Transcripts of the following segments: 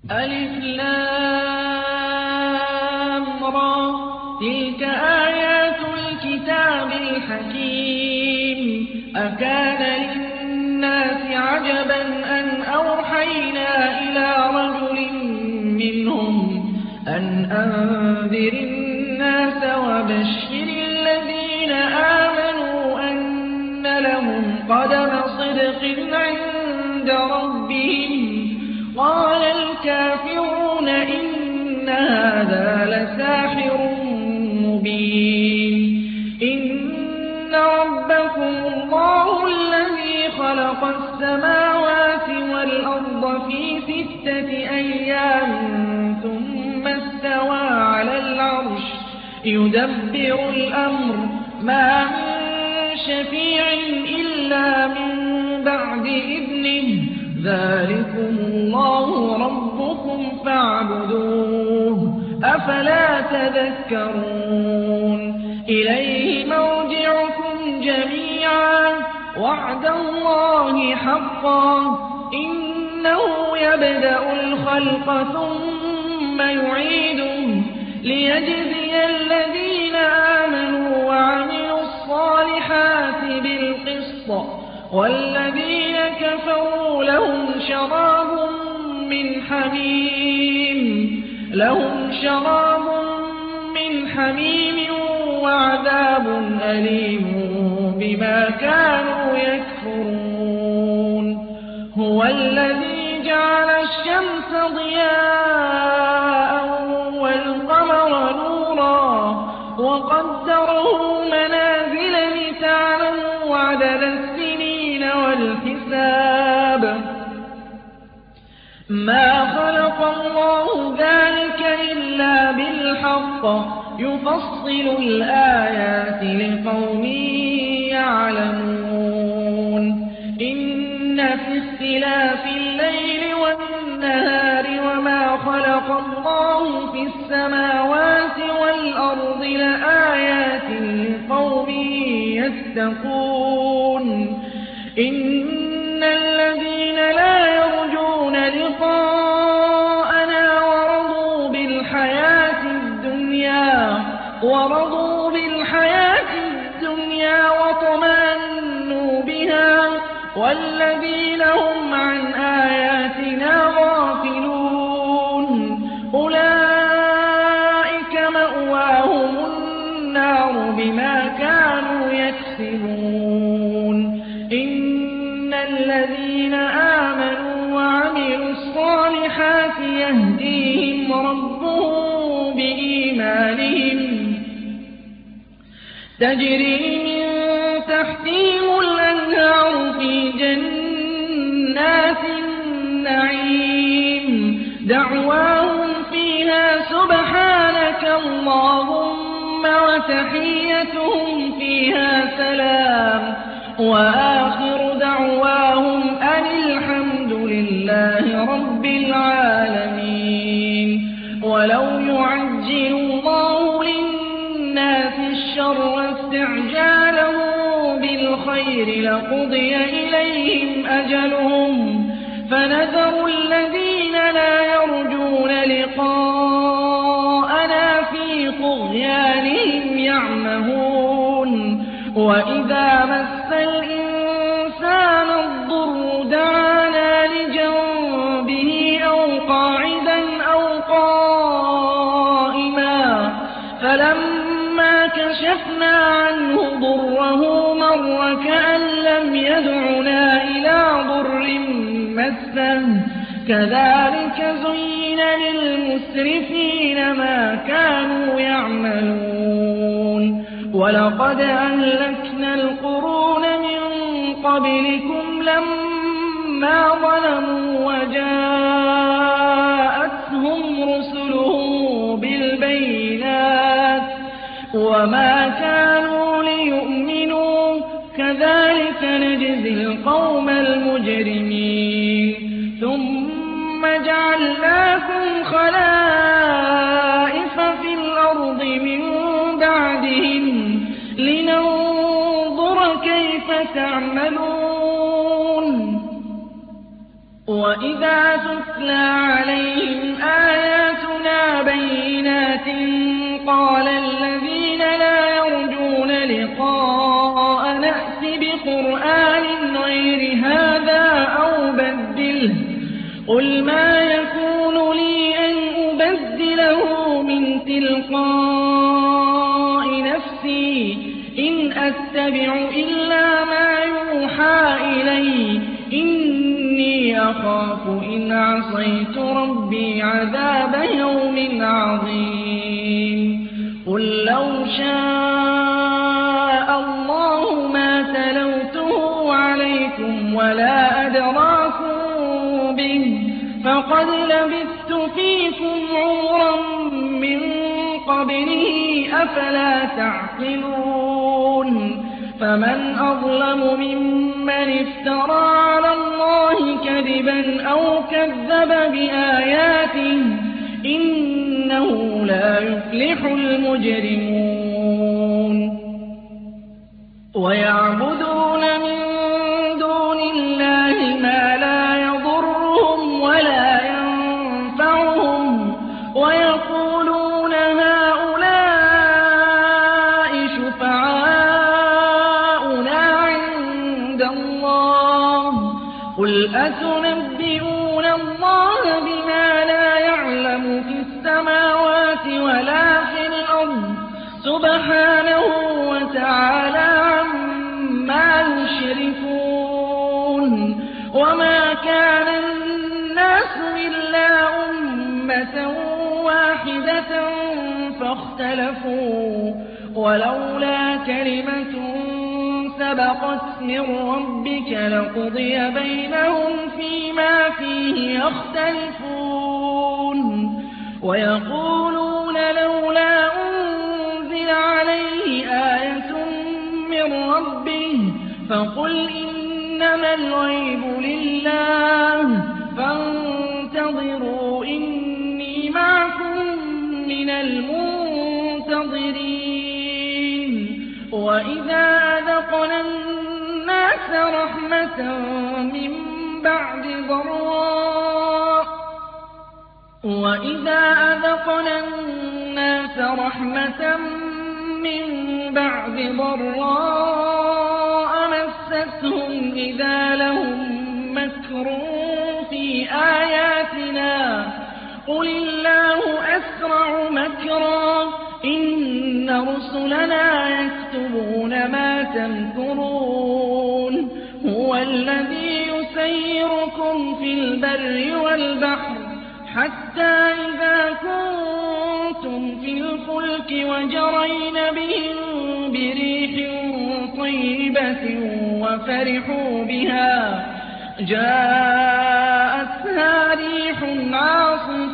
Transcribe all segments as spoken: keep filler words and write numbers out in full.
ألف لام را تلك آيات الكتاب الحكيم أكان للناس عجبا أن أوحينا إلى رجل منهم أن أنذر الناس وبشر الذين آمنوا أن لهم قدم صدق عند ربهم قال الكافرون إن هذا لساحر مبين إن ربكم الله الذي خلق السماوات والأرض في ستة أيام ثم استوى على العرش يدبر الأمر ما من شفيع إلا من بعد إذنه ذلكم الله ربكم فاعبدوه أفلا تذكرون إليه مرجعكم جميعا وعد الله حقا إنه يبدأ الخلق ثم يعيده ليجزي الذين آمنوا وعملوا الصالحات بالقسط والذين كفروا لهم شراب من حميم لهم شراب من حميم وعذاب أليم بما كانوا يكفرون هو الذي جعل الشمس ضياء والقمر نورا وقدره منازل لتعلموا عدد السنين والحساب ما خلق الله ذلك إلا بالحق يفصل الآيات لقوم يعلمون إن في اختلاف الليل والنهار وما خلق الله في السماوات والأرض لآيات لقوم يتقون إن الذين لا يرجون لقاءنا ورضوا بالحياة الدنيا ورضوا بالحياة الدنيا وطمأنوا بها والذين هم عن آياتنا غافلون أولئك مأواهم النار بما كانوا يكسبون إن الذين آمنوا وعملوا الصالحات يهديهم ربهم بإيمانهم تجري من تحتهم الأنهار في جنات النعيم دعواهم فيها سبحانك اللهم وتحيتهم فيها سلام وآخر دعواهم أن الحمد لله رب العالمين ولو يعجل الله للناس الشر استعجاله بالخير لقضي إليهم أجلهم فنذر الذين لا يرجون لقاءنا في طغيانهم يعمهون وإذا مس الإنسان الضر دعانا لجنبه أو قاعدا أو قائما فلما كشفنا عنه ضره مر كأن لم يدعنا إلى ضر مسه كذلك زين للمسرفين ما كانوا يعملون ولقد أهلكنا القرون من قبلكم لما ظلموا وجاءتهم رسلهم بالبينات وما كانوا ليؤمنوا كذلك نجزي القوم المجرمين ثم جعلناكم خلائف في الأرض من بعدهم لننظر كيف تعملون وإذا تتلى عليهم مَا يَكُونُ لِي أَنْ أُبَدِّلَهُ مِنْ تِلْقَاءِ نَفْسِي إِنْ أَتَّبِعُ إِلَّا مَا يُوحَىٰ إِلَيَّ إِنِّي أَخَافُ إِنْ عَصَيْتُ رَبِّي عَذَابَ يَوْمٍ عَظِيمٍ قُل لَّوْ شَاءَ اللَّهُ مَا تَلَوْتُهُ عَلَيْكُمْ وَلَا أَدْرَاكُم بِهِ فَقَدْ لَبِثْتُ فِيكُمْ عُمُرًا مِّن قَبْلِهِ ۚ أَفَلَا تَعْقِلُونَ فَمَنْ أَظْلَمُ مِمَّنِ افْتَرَىٰ عَلَى اللَّهِ كَذِبًا أَوْ كَذَّبَ بِآيَاتِهِ ۚ إِنَّهُ لَا يُفْلِحُ الْمُجْرِمُونَ وَيَعْبُدُونَ مِن دُونِ اللَّهِ مَا لَا يَضُرُّهُمْ وَلَا يَنفَعُهُمْ وَيَقُولُونَ هَٰؤُلَاءِ شُفَعَاؤُنَا عِندَ اللَّهِ ۚ قُلْ أَتُنَبِّئُونَ اللَّهَ بِمَا لَا يَعْلَمُ فِي السَّمَاوَاتِ وَلَا فِي الْأَرْضِ ۚ سُبْحَانَهُ وَتَعَالَىٰ عَمَّا يُشْرِكُونَ وَمَا كَانَ النَّاسُ إِلَّا أُمَّةً وَاحِدَةً فَاخْتَلَفُوا ۚ وَلَوْلَا كَلِمَةٌ سَبَقَتْ مِن رَّبِّكَ لَقُضِيَ بَيْنَهُمْ فِيمَا فِيهِ يَخْتَلِفُونَ وَيَقُولُونَ لَوْلَا أُنزِلَ عَلَيْهِ آيَةٌ مِّن رَّبِّهِ ۖ فَقُلْ إِنَّمَا الْغَيْبُ لِلَّهِ فَانتَظِرُوا إِنِّي مَعَكُم مِّنَ الْمُنتَظِرِينَ وَإِذَا أَذَقْنَا النَّاسَ رَحْمَةً مِّن بَعْدِ ضَرَّاءٍ وَإِذَا أَذَقْنَا النَّاسَ رَحْمَةً مِّن بَعْدِ ضَرَّاءَ مَسَّتْهُمْ إِذَا لَهُم مَّكْرٌ فِي آيَاتِنَا ۚ قُلِ اللَّهُ أَسْرَعُ مَكْرًا ۚ إِنَّ رُسُلَنَا يَكْتُبُونَ مَا تَمْكُرُونَ هُوَ الَّذِي يُسَيِّرُكُمْ فِي الْبَرِّ وَالْبَحْرِ حَتَّىٰ إِذَا كُنتُمْ فِي الْفُلْكِ وَجَرَيْنَ بِهِم بِرِيحٍ طَيِّبَةٍ وَفَرِحُوا بِهَا جَاءَتْهَا رِيحٌ عَاصِفٌ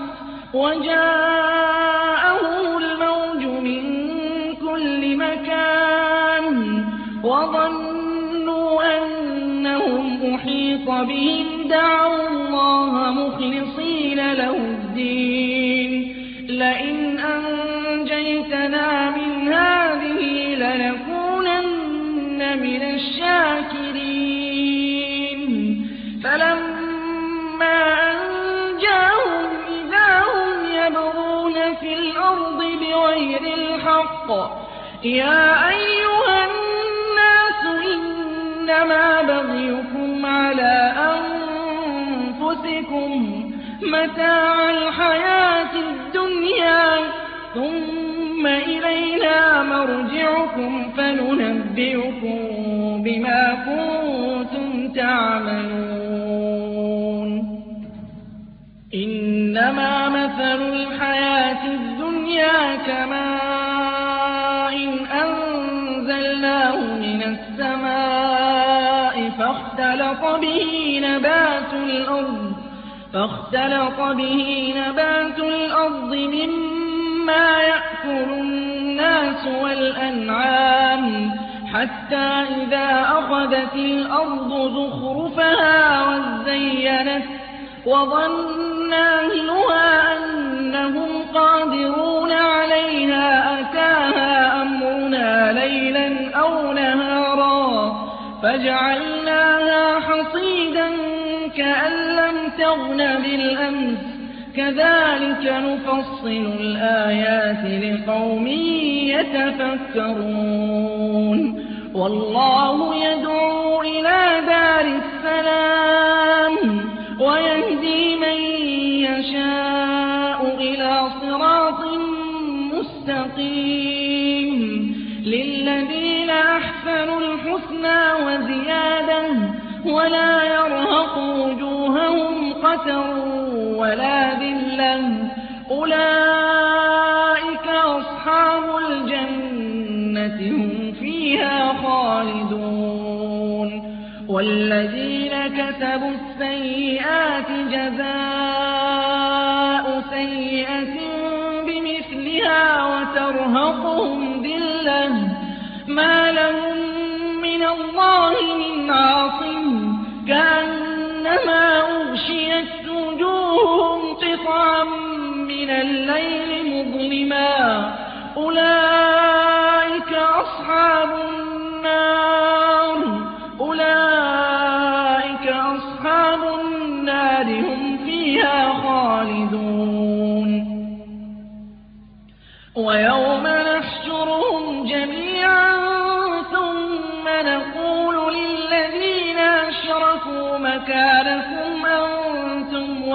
وَجَاءَهُمُ الْمَوْجُ مِن كُلِّ مَكَانٍ وَظَنُّوا أَنَّهُمْ أُحِيطَ بِهِمْ دَعَوُا اللَّهَ مُخْلِصِينَ لَهُ الدِّينَ لَئِنْ أَنجَيْتَنَا مِنْ هَٰذِهِ لَنَكُونَنَّ مِنَ الشَّاكِرِينَ فَلَمَّا أَنجَاهُمْ إِذَا هُمْ يَبْغُونَ فِي الْأَرْضِ بِغَيْرِ الْحَقِّ ۗ يَا أَيُّهَا النَّاسُ إِنَّمَا بَغْيُكُمْ عَلَىٰ أَنفُسِكُم ۖ مَّتَاعَ الْحَيَاةِ الدُّنْيَا ۖ ثُمَّ إِلَيْنَا مَرْجِعُكُمْ فَنُنَبِّئُكُم بِمَا كُنتُمْ تَعْمَلُونَ إِنَّمَا مَثَلُ الْحَيَاةِ الدُّنْيَا كَمَاءٍ أَنزَلْنَاهُ مِنَ السَّمَاءِ فَاخْتَلَطَ بِهِ نَبَاتُ الْأَرْضِ فاختلط به نبات الأرض مما يأكل الناس والأنعام حتى إذا أخذت الأرض زخرفها وزينت وظن أهلها أنهم قادرون عليها أتاها أمرنا ليلا أو نهارا فجعلناها حصيدا كأن لم تغن بالأمس كذلك نفصل الآيات لقوم يتفكرون والله يدعو إلى دار السلام ويهدي من مَغْفِرَةً وَلَا ذِلَّةً أُولَٰئِكَ أَصْحَابُ الْجَنَّةِ هُمْ فِيهَا خَالِدُونَ وَالَّذِينَ كَسَبُوا السَّيِّئَاتِ جَزَاءُ سَيِّئَةٍ بِمِثْلِهَا وَتَرْهَقُهُمْ ذِلَّةٌ مَّا لَهُم مِّنَ اللَّهِ مِنْ عَاصِمٍ كَأَنَّمَا أُغْشِيَتْ وُجُوهُهُمْ قِطَعًا مِّنَ اللَّيْلِ مُظْلِمًا أُولَٰئِكَ أَصْحَابُ النَّارِ أُولَٰئِكَ أَصْحَابُ النَّارِ هُمْ فِيهَا خَالِدُونَ وَيَوْمَ نَحْشُرُهُمْ جَمِيعًا ثُمَّ نَقُولُ لِلَّذِينَ أَشْرَكُوا مَكَانَكُمْ أَنتُمْ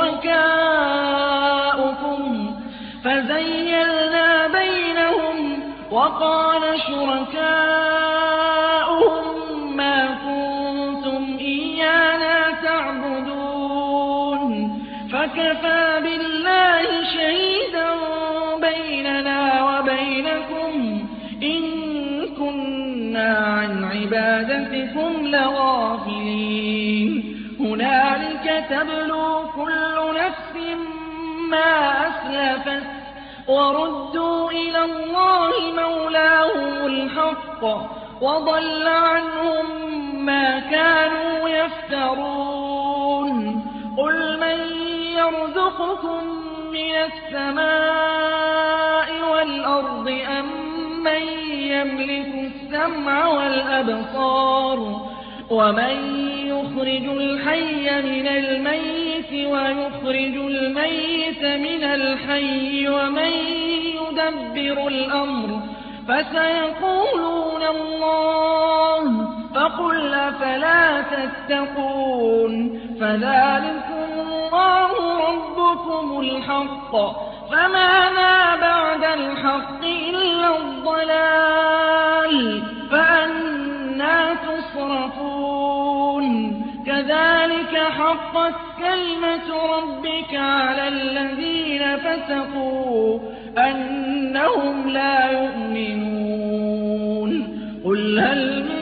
وَشُرَكَاؤُكُمْ فَزَيَّلْنَا بَيْنَهُمْ وَقَالَ شُرَكَاؤُهُم مَّا كُنتُمْ إِيَّانَا تَعْبُدُونَ فَكَفَىٰ بِاللَّهِ شَهِيدًا بَيْنَنَا وَبَيْنَكُمْ إِن كُنَّا عَنْ عِبَادَتِكُمْ لَغَافِلِينَ هُنَالِكَ تَبْلُو كُلُّ نَفْسٍ مَّا أَسْلَفَتْ وَرُدُّوا إِلَى اللَّهِ مَوْلَاهُمُ الْحَقِّ وَضَلَّ عَنْهُم مَّا كَانُوا يَفْتَرُونَ قُلْ مَن يَرْزُقُكُم مِّنَ السَّمَاءِ وَالْأَرْضِ أَمَّن يَمْلِكُ السَّمْعَ وَالْأَبْصَارَ وَمَن يُخْرِجُ الْحَيَّ مِنَ الْمَيِّتِ وَيُخْرِجُ الْمَيِّتَ مِنَ الْحَيِّ وَمَن يُدَبِّرُ الْأَمْرَ فَسَيَقُولُونَ اللَّهُ فَقُلْ أَفَلَا تَتَّقُونَ فَذَٰلِكُمُ اللَّهُ رَبُّكُمُ الْحَقُّ فَمَاذَا بَعْدَ الْحَقِّ إِلَّا الضَّلَالُ فَأَنَّىٰ تُصْرَفُونَ كَذَٰلِكَ حَقَّتْ كَلِمَةُ رَبِّكَ عَلَى الَّذِينَ فَسَقُوا أَنَّهُمْ لَا يُؤْمِنُونَ قُلْ هَلْ مِن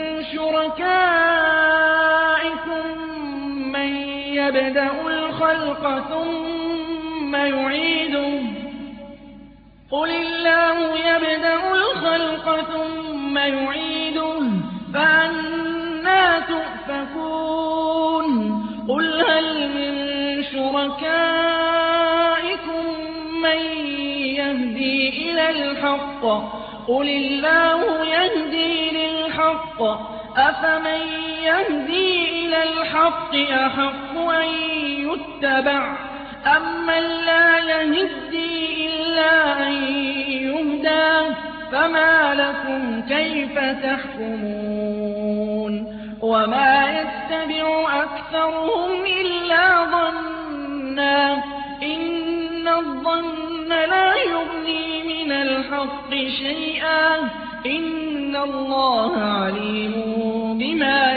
شُرَكَائِكُم مَّن يَبْدَأُ الْخَلْقَ ثُمَّ يُعِيدُهُ قُلِ اللَّهُ يَبْدَأُ الْخَلْقَ ثُمَّ يُعِيدُهُ فَأَنَّىٰ تُؤْفَكُونَ قُلْ هَلْ مِن شُرَكَائِكُم مَّن يَهْدِي إِلَى الْحَقِّ قُلِ اللَّهُ يَهْدِي لِلْحَقِّ أَفَمَن يَهْدِي إِلَى الْحَقِّ أَحَقُّ أَن يُتَّبَعَ أَمَّن لَّا يَهِدِّي إِلَّا أَن يُهْدَىٰ فَمَا لَكُمْ كَيْفَ تَحْكُمُونَ وَمَا يَتَّبِعُ أَكْثَرُهُمْ إِلَّا ظَنًّا إِنَّ الظَّنَّ لَا يُغْنِي مِنَ الْحَقِّ شَيْئًا إِنَّ اللَّهَ عَلِيمٌ بِمَا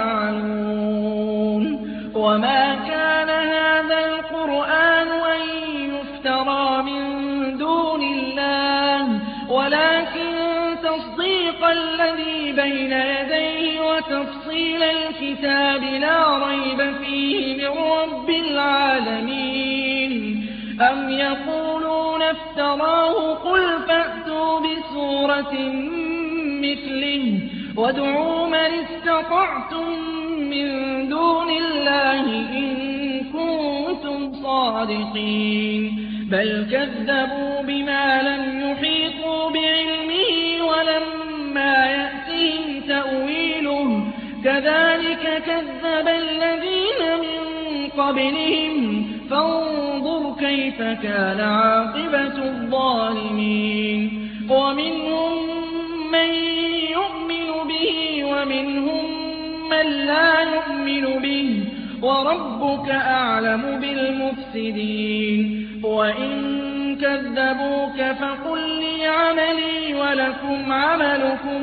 يَفْعَلُونَ وَمَا كَانَ هَٰذَا الْقُرْآنُ أَن يُفْتَرَىٰ مِن دُونِ اللَّهِ وَلَٰكِن تَصْدِيقَ الَّذِي بَيْنَ يَدَيْهِ وَتَفْصِيلَ الْكِتَابِ لَا رَيْبَ فِيهِ مِن رَّبِّ الْعَالَمِينَ أَمْ يَقُولُونَ افْتَرَاهُ قُلْ فَأْتُوا بِسُورَةٍ مِّثْلِهِ وَادْعُوا مَنِ اسْتَطَعْتُم مِّن دُونِ اللَّهِ إِن كُنتُمْ صَادِقِينَ بَلْ كَذَّبُوا بِمَا لَمْ يُحِيطُوا بِعِلْمِهِ وَلَمَّا يَأْتِهِمْ تَأْوِيلُهُ كَذَٰلِكَ كَذَّبَ الَّذِينَ مِن قَبْلِهِمْ فَانظُرْ كَيْفَ كَانَ عَاقِبَةُ الظَّالِمِينَ وَمِنْهُم مَّن يُؤْمِنُ بِهِ وَمِنْهُم مَّن لَّا يُؤْمِنُ بِهِ وَرَبُّكَ أَعْلَمُ بِالْمُفْسِدِينَ وَإِن كَذَّبُوكَ فَقُل لِّي عَمَلِي وَلَكُمْ عَمَلُكُمْ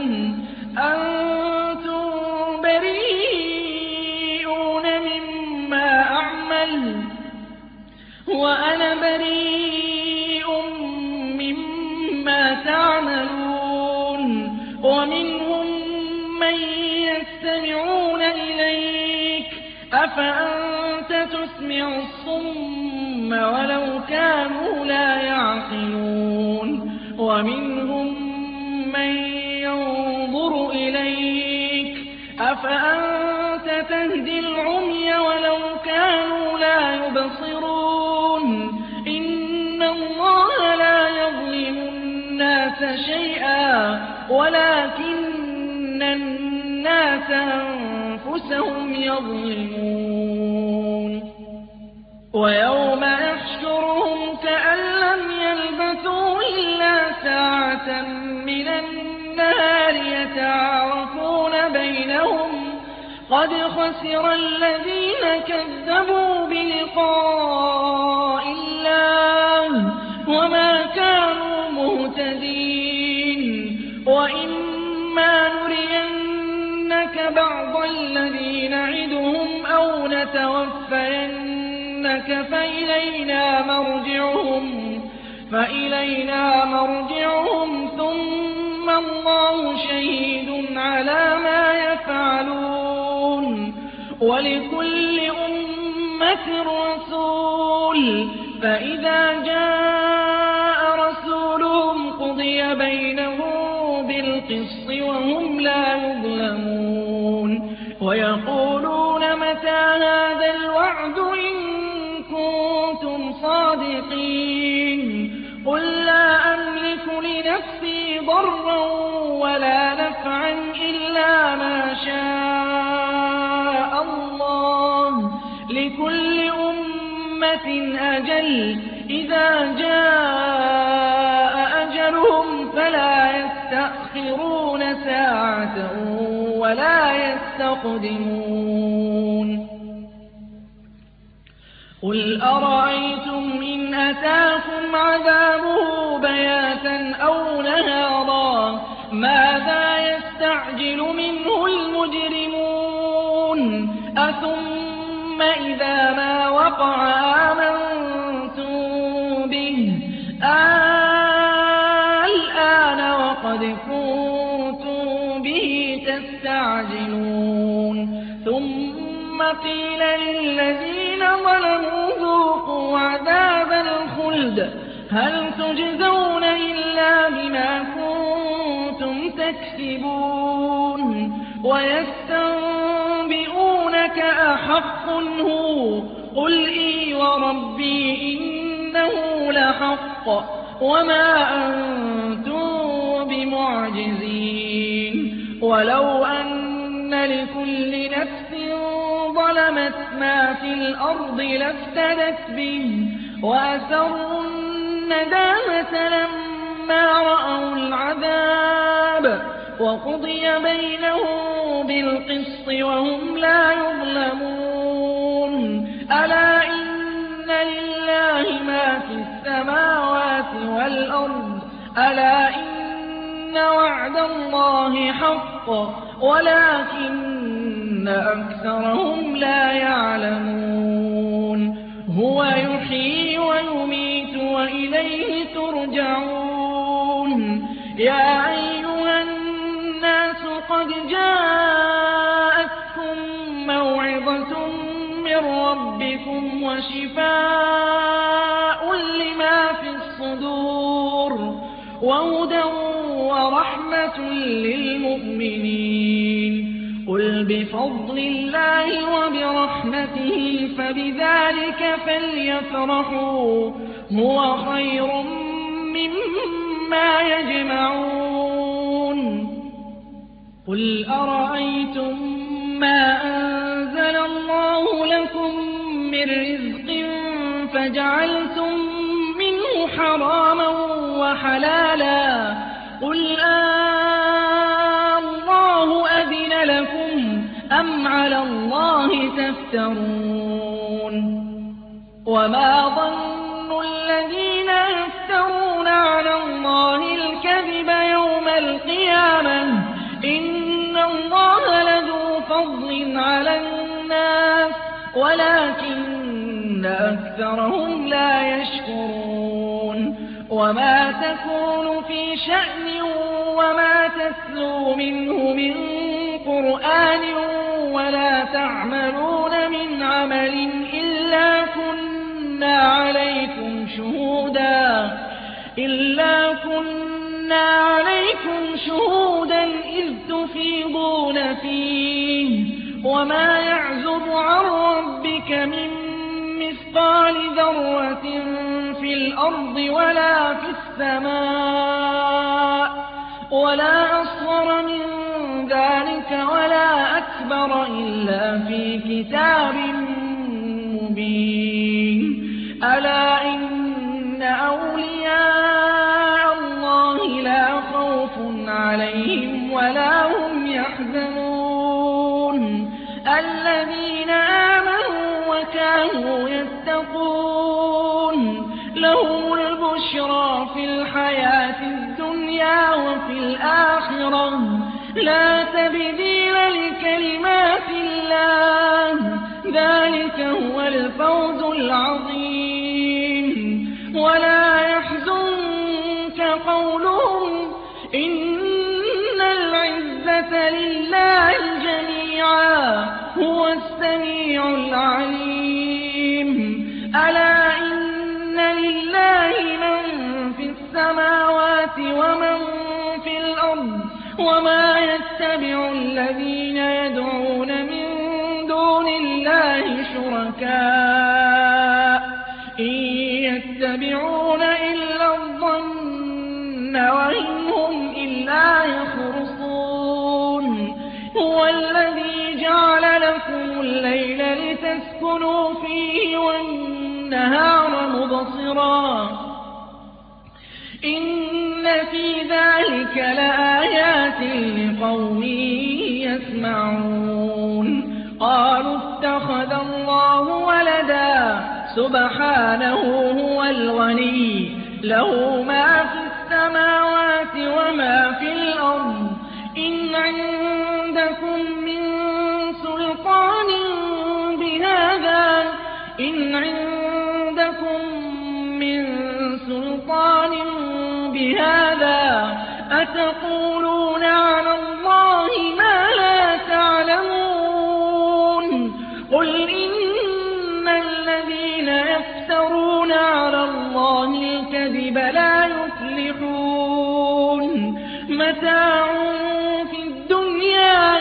أَنتُم بَرِيئُونَ مِمَّا أَعْمَلُ وأنا بريء مما تعملون ومنهم من يستمعون إليك أفأنت تسمع الصم ولو كانوا لا يعقلون ومنهم من ينظر إليك أفأنت تهدي العمي ولو كانوا لا يبصرون إن الله لا يظلم الناس شيئا ولكن الناس أنفسهم يظلمون ويوم يحشرهم كأن لم يلبثوا إلا ساعة من النهار يتعارفون بينهم قد خسر الذين كذبوا بلقاء الله وما كانوا مهتدين وإما نرينك بعض الذي نعدهم أو نتوفينك فإلينا مرجعهم فإلينا مرجعهم ثم الله شهيد على ما يفعلون ولكل أمة رسول فإذا جاء رسولهم قضي بينهم بالقسط وهم لا يظلمون ويقولون متى هذا الوعد إن كنتم صادقين قل لا أملك لنفسي ضرا ولا نفعا إلا ما شاء الله لكل أمة أجل إذا جاء أجلهم فلا يستأخرون ساعة ولا يستقدمون قل أرأيتم إن أتاكم عذابه بياتا أو نهارا ماذا يستعجل منه المجرمون أثم إذا ما وقع آمنتم به الآن وقد كنتم به تستعجلون ثم قيل للذين ظلموا ذوقوا عذاب الخلد هل تجزون إلا بما كنتم تكسبون ويستنبئونك أحق هو قل إي وربي إنه لحق وما أنتم بمعجزين ولو أن لكل نفس ظلمت ما في الأرض لافتدت به وأسروا الندامة لما رأوا العذاب وقضي بينهم بالقسط وهم لا يظلمون ألا إن لله ما في السماوات والأرض ألا إن وعد الله حق ولكن أكثرهم لا يعلمون هو يحيي ويميت وإليه ترجعون يا أيها الناس قد جاءتكم موعظة من ربكم وشفاء لما في الصدور وهدى ورحمة للمؤمنين قل بفضل الله وبرحمته فبذلك فليفرحوا هو خير مما يجمعون قل أرأيتم ما أنزل الله لكم من رزق فجعلتم منه حراما وحلالا قل آه الله أذن لكم أم على الله تفترون وما ظن الذين يفترون على الله الكذب يوم القيامة إن الله لذو فضل على الناس ولكن وَلَكِنَّ أَكْثَرَهُمْ لَا يَشْكُرُونَ وَمَا تَكُونُ فِي شَأْنٍ وَمَا تَتْلُو مِنْهُ مِنْ قُرْآنٍ وَلَا تَعْمَلُونَ مِنْ عَمَلٍ إِلَّا كُنَّا عَلَيْكُمْ شُهُودًا إِلَّا كُنَّا عَلَيْكُمْ شُهُودًا إِذْ تُفِيضُونَ فِيهِ وَمَا يَعْزُبُ عَن رَّبِّكَ مِن مِّثْقَالِ ذَرَّةٍ فِي الْأَرْضِ وَلَا فِي السَّمَاءِ وَلَا أَصْغَرَ مِن ذَٰلِكَ وَلَا أَكْبَرَ إِلَّا فِي كِتَابٍ مُّبِينٍ أَلَا إِنَّ أَوْلِيَاءَ اللَّهِ لَا خَوْفٌ عَلَيْهِمْ وَلَا هُمْ يَحْزَنُونَ الَّذِينَ آمَنُوا وَكَانُوا يَتَّقُونَ لَهُمُ الْبُشْرَىٰ فِي الْحَيَاةِ الدُّنْيَا وَفِي الْآخِرَةِ ۖ لَا تَبْدِيلَ لِكَلِمَاتِ اللَّهِ ۚ ذَٰلِكَ هُوَ الْفَوْزُ الْعَظِيمُ وَلَا يَحْزُنكَ قَوْلُهُمْ إِنَّ الْعِزَّةَ لِلَّهِ جَمِيعًا ۚ هُوَ السَّمِيعُ الْعَلِيمُ أَلَا إِنَّ لِلَّهِ مَن فِي السَّمَاوَاتِ وَمَن فِي الْأَرْضِ ۗ وَمَا يَتَّبِعُ الَّذِينَ يَدْعُونَ مِن دُونِ اللَّهِ شُرَكَاءَ إِن يَتَّبِعُونَ إِلَّا الظَّنَّ وَإِنْ هُمْ إِلَّا يَخْرُصُونَ هُوَ الَّذِي جَعَلَ لَكُمُ اللَّيْلَ لِتَسْكُنُوا فِيهِ وَالنَّهَارَ مُبْصِرًا ۚ إِنَّ فِي ذَٰلِكَ لَآيَاتٍ لِّقَوْمٍ يَسْمَعُونَ قَالُوا اتَّخَذَ اللَّهُ وَلَدًا سُبْحَانَهُ هُوَ الْغَنِيُّ لَهُ مَا فِي السَّمَاوَاتِ وَمَا فِي الْأَرْضِ ۚ إِنْ عِندَكُم مِّن سُلْطَانٍ بِهَٰذَا إِنْ عِندَكُم مِّن سُلْطَانٍ بِهَٰذَا أَتَقُولُونَ عَلَى اللَّهِ مَا لَا تَعْلَمُونَ قُلْ إِنَّ الَّذِينَ يَفْتَرُونَ عَلَى اللَّهِ الْكَذِبَ لَا يُفْلِحُونَ مَتَاعٌ فِي الدُّنْيَا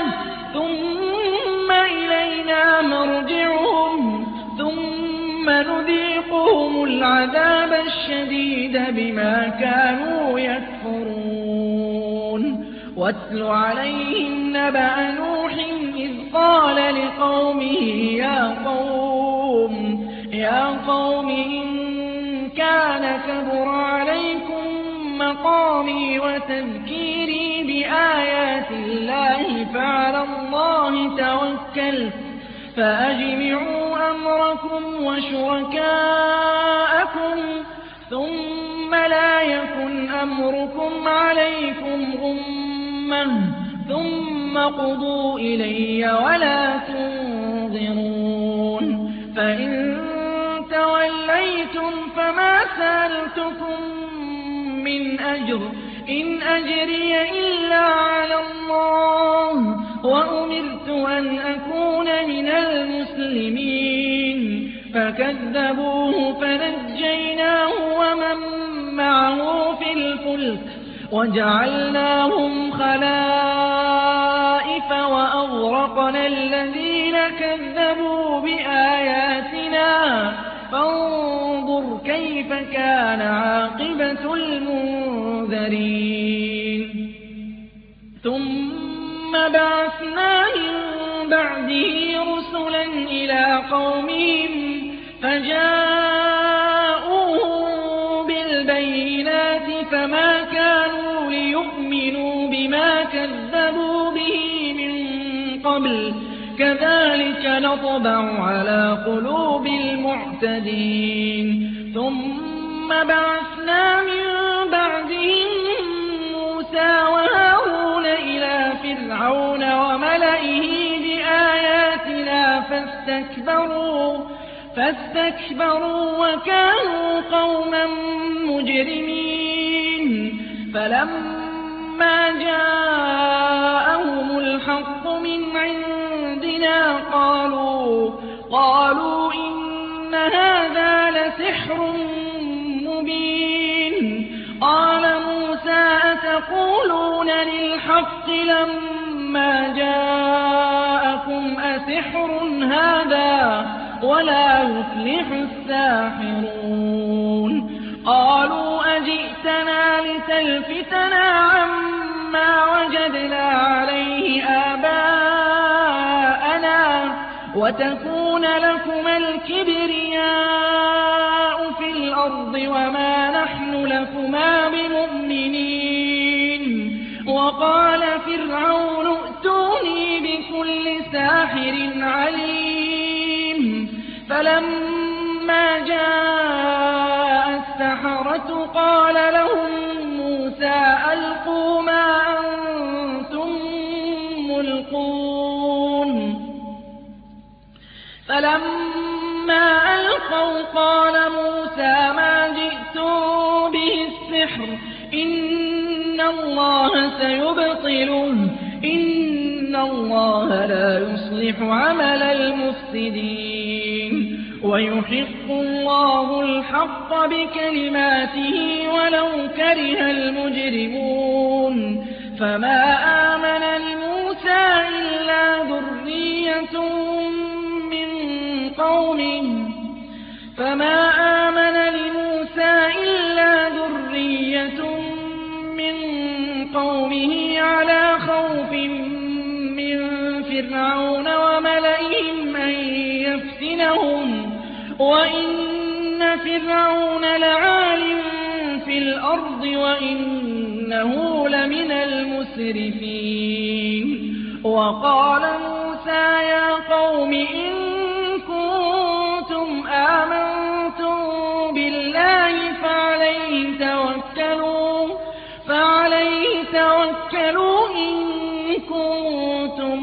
ثُمَّ إِلَيْنَا مَرْجِعُهُمْ ثُمَّ نُذِيقُهُمُ الْعَذَابَ الشَّدِيدَ بِمَا كَانُوا يَكْفُرُونَ وَاتْلُ عَلَيْهِمْ نَبَأَ نُوحٍ إِذْ قَالَ لِقَوْمِهِ يَا قَوْمِ يَا قَوْمِ إِن كَانَ كَبُرَ عَلَيْكُم مَّقَامِي وَتَذْكِيرِي بِآيَاتِ اللَّهِ فَعَلَى اللَّهِ تَوَكَّلْتُ فَأَجْمِعُوا أَمْرَكُمْ وَشُرَكَاءَكُمْ ثُمَّ لَا يَكُنْ أَمْرُكُمْ عَلَيْكُمْ غُمَّةً ثُمَّ اقْضُوا إِلَيَّ وَلَا تُنظِرُونِ فَإِن تَوَلَّيْتُمْ فَمَا سَأَلْتُكُم مِّنْ أَجْرٍ ۖ إِنْ أَجْرِيَ إِلَّا عَلَى اللَّهِ ۖ وَأُمِرْتُ أَنْ أَكُونَ مِنَ الْمُسْلِمِينَ فَكَذَّبُوهُ فَنَجَّيْنَاهُ وَمَن مَّعَهُ فِي الْفُلْكِ وَجَعَلْنَاهُمْ خَلَائِفَ وَأَغْرَقْنَا الَّذِينَ كَذَّبُوا بِآيَاتِنَا فَانظُرْ كَيْفَ كَانَ عَاقِبَةُ الْمُنذَرِينَ ثُمَّ بَعَثْنَا مِن بَعْدِهِ رُسُلًا إِلَىٰ قَوْمِهِمْ فَجَاءُوهُم بِالْبَيِّنَاتِ فَمَا كَانُوا لِيُؤْمِنُوا بِمَا كَذَّبُوا بِهِ مِن قَبْلُ ۚ كَذَٰلِكَ نَطْبَعُ عَلَىٰ قُلُوبِ الْمُعْتَدِينَ ثُمَّ بَعَثْنَا مِن بَعْدِهِم مُّوسَىٰ وَهَارُونَ إِلَىٰ فِرْعَوْنَ وَمَلَئِهِ بِآيَاتِنَا فَاسْتَكْبَرُوا فاستكبروا وكانوا قوما مجرمين فلما جاءهم الحق من عندنا قالوا قالوا إن هذا لسحر مبين قال موسى أتقولون للحق لما جاءكم أسحر هذا ولا يفلح الساحرون قالوا أجئتنا لتلفتنا عما وجدنا عليه آباءنا وتكون لكما الكبرياء في الأرض وما نحن لكما بمؤمنين وقال فرعون ائتوني بكل ساحر عليم فلما جاء السحرة قال لهم موسى ألقوا ما أنتم ملقون فلما ألقوا قال موسى ما جئتم به السحر إن الله سيبطله إن الله لا يصلح عمل المفسدين ويحق الله الحق بكلماته ولو كره المجرمون فما آمن لموسى إلا ذرية من قومه فما آمن لموسى إلا ذرية من قومه على خوف من فرعون وملئهم أن يفتنهم وإن فرعون لعال في الأرض وإنه لمن المسرفين وقال موسى يا قوم إن كنتم آمنتم بالله فعليه توكلوا فعليه توكلوا إن كنتم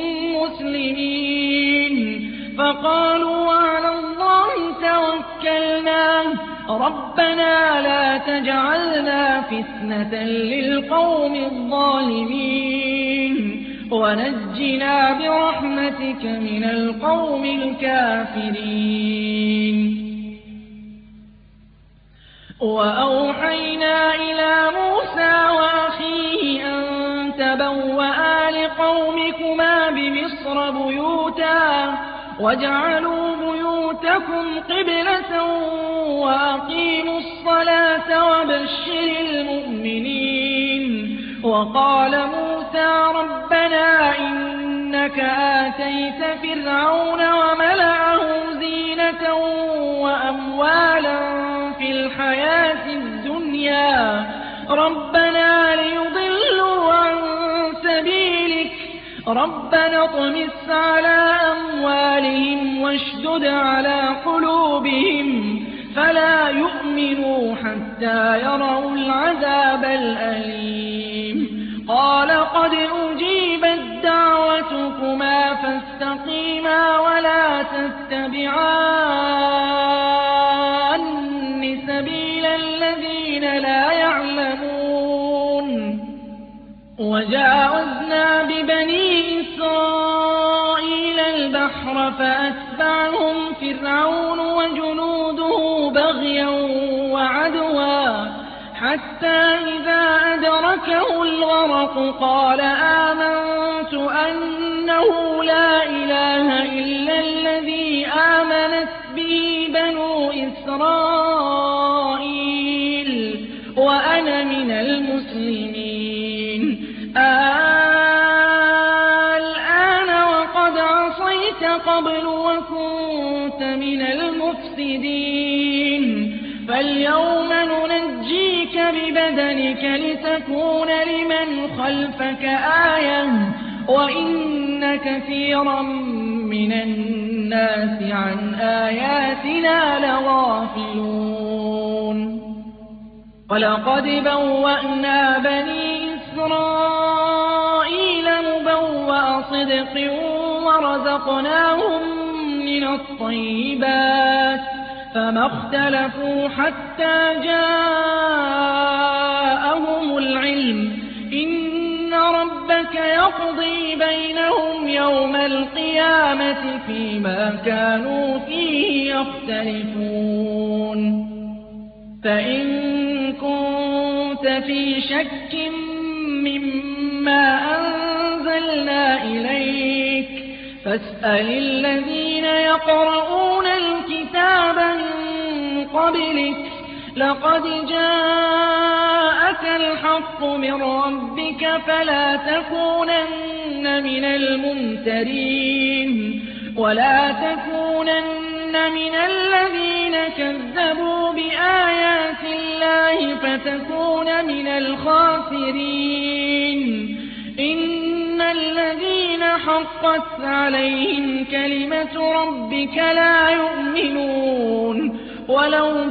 مسلمين فقالوا على الله توكلنا ربنا لا تجعلنا فتنة للقوم الظالمين ونجنا برحمتك من القوم الكافرين وأوحينا إلى موسى وأخيه أن تبوأ لقومكما بمصر بيوتا واجعلوا بيوتكم قبلة وأقيموا الصلاة وبشر المؤمنين وقال موسى ربنا إنك آتيت فرعون وملأه زينة وأموالا في الحياة الدنيا ربنا ليضلوا عن سبيلك ربنا اطمس على أموالهم واشدد على قلوبهم فلا يؤمنوا حتى يروا العذاب الأليم قال قد أجيبت دعوتكما فاستقيما ولا تتبعان سبيل الذين لا يعلمون وجاوزنا ببني إسرائيل البحر فأتبعهم فرعون وجنوده بغيا وعدوا حتى إذا أدركه الغرق قال آمنت أنه لا إله إلا الذي آمنت به بنو إسرائيل وأنا من المسلمين الآن وقد عصيت قبل وكنت من المفسدين فاليوم ننجيك ببدنك لتكون لمن خلفك آية وإن كثيرا من الناس عن آياتنا لغافلون ولقد بوأنا بني إسرائيل مبوأ صدق ورزقناهم من الطيبات فما اختلفوا حتى جاءهم العلم إن ربك يقضي بينهم يوم القيامة فيما كانوا فيه يختلفون فإن كنت في شك مما أنزلنا إليك فاسأل الذين يقرؤون الكتاب من قبلك لقد جاءك الحق من ربك فلا تكونن من الممترين ولا تكونن من الذين كذبوا بآيات الله فتكون من الخاسرين إن الذين حقت عليهم كلمة ربك لا يؤمنون ولو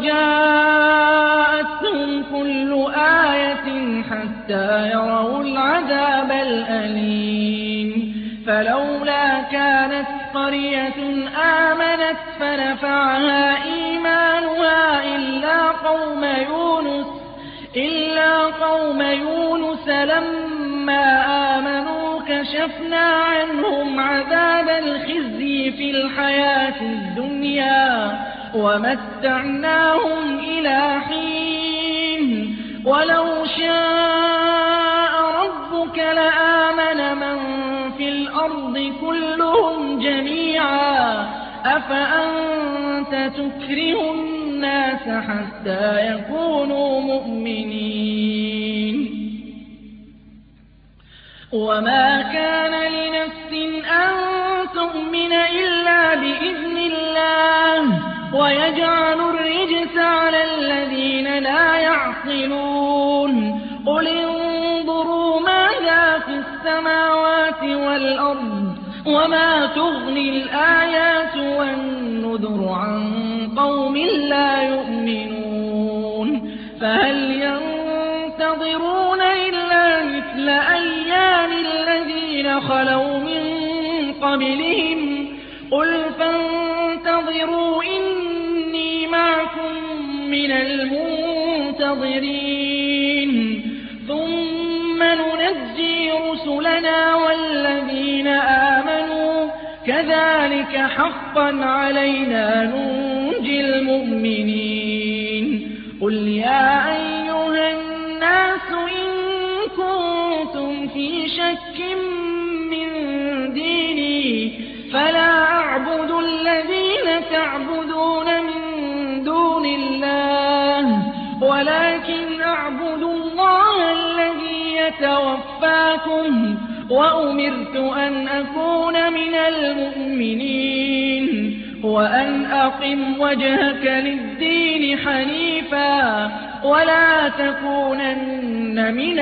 جاءتهم كل آية حتى يروا العذاب الأليم فلولا كانت قرية آمنت فنفعها إيمانها إلا قوم يونس إلا قوم يونس لما آمنوا كشفنا عنهم عذاب الخزي في الحياة الدنيا ومتعناهم إلى حين ولو شاء ربك لآمن من في الأرض كلهم جميعا أفأنت تكره الناس حتى يكونوا مؤمنين وما كان لنفس أن تؤمن إلا بإذن الله ويجعل الرجس على الذين لا يعقلون قل انظروا ماذا في السماوات والأرض وما تغني الآيات والنذر عن قوم لا يؤمنون فهل ينتظرون إلا مثل أيام الذين خلوا من قبلهم قل فانتظروا إني معكم من المنتظرين ثم ننجي رسلنا والذين آمنوا كذلك حقا علينا ننجي المؤمنين قل يا أيها الناس إن كنتم في شك من ديني فلا أعبد الذين تعبدون من دون الله ولكن أعبد الله الذي يتوفاكم وأمرت أن أكون من المؤمنين وأن أقم وجهك للدين حنيفا ولا تكونن من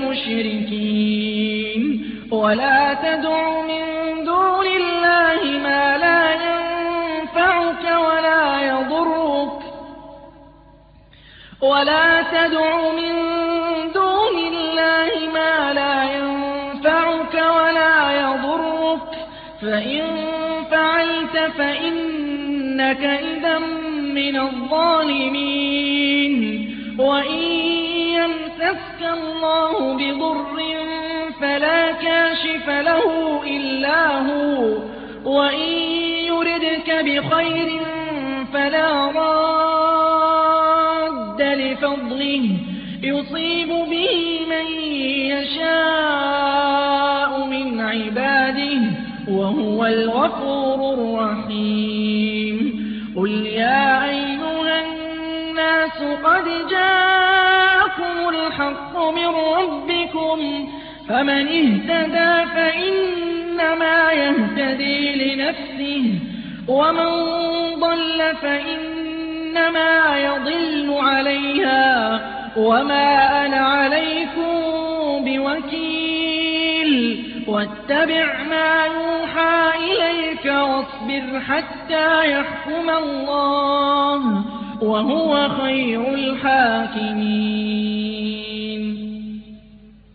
المشركين ولا تدع من دون الله ما لا ينفعك ولا يضرك ولا تدع من دون الله ما لا ينفعك ولا يضرك فإن فعلت فإنك إذا من الظالمين وإن يمسسك الله بضر فلا كاشف له إلا هو وإن يردك بخير فلا راد لفضله يصيب به من يشاء من عباده وهو الغفور الرحيم قل يا أيها الناس قد جاءكم الحق من ربكم فمن اهتدى فإنما يهتدي لنفسه ومن ضل فإنما يضل عليها وما أنا عليكم بوكيل واتبع ما يوحى إليك واصبر حتى يحكم الله وهو خير الحاكمين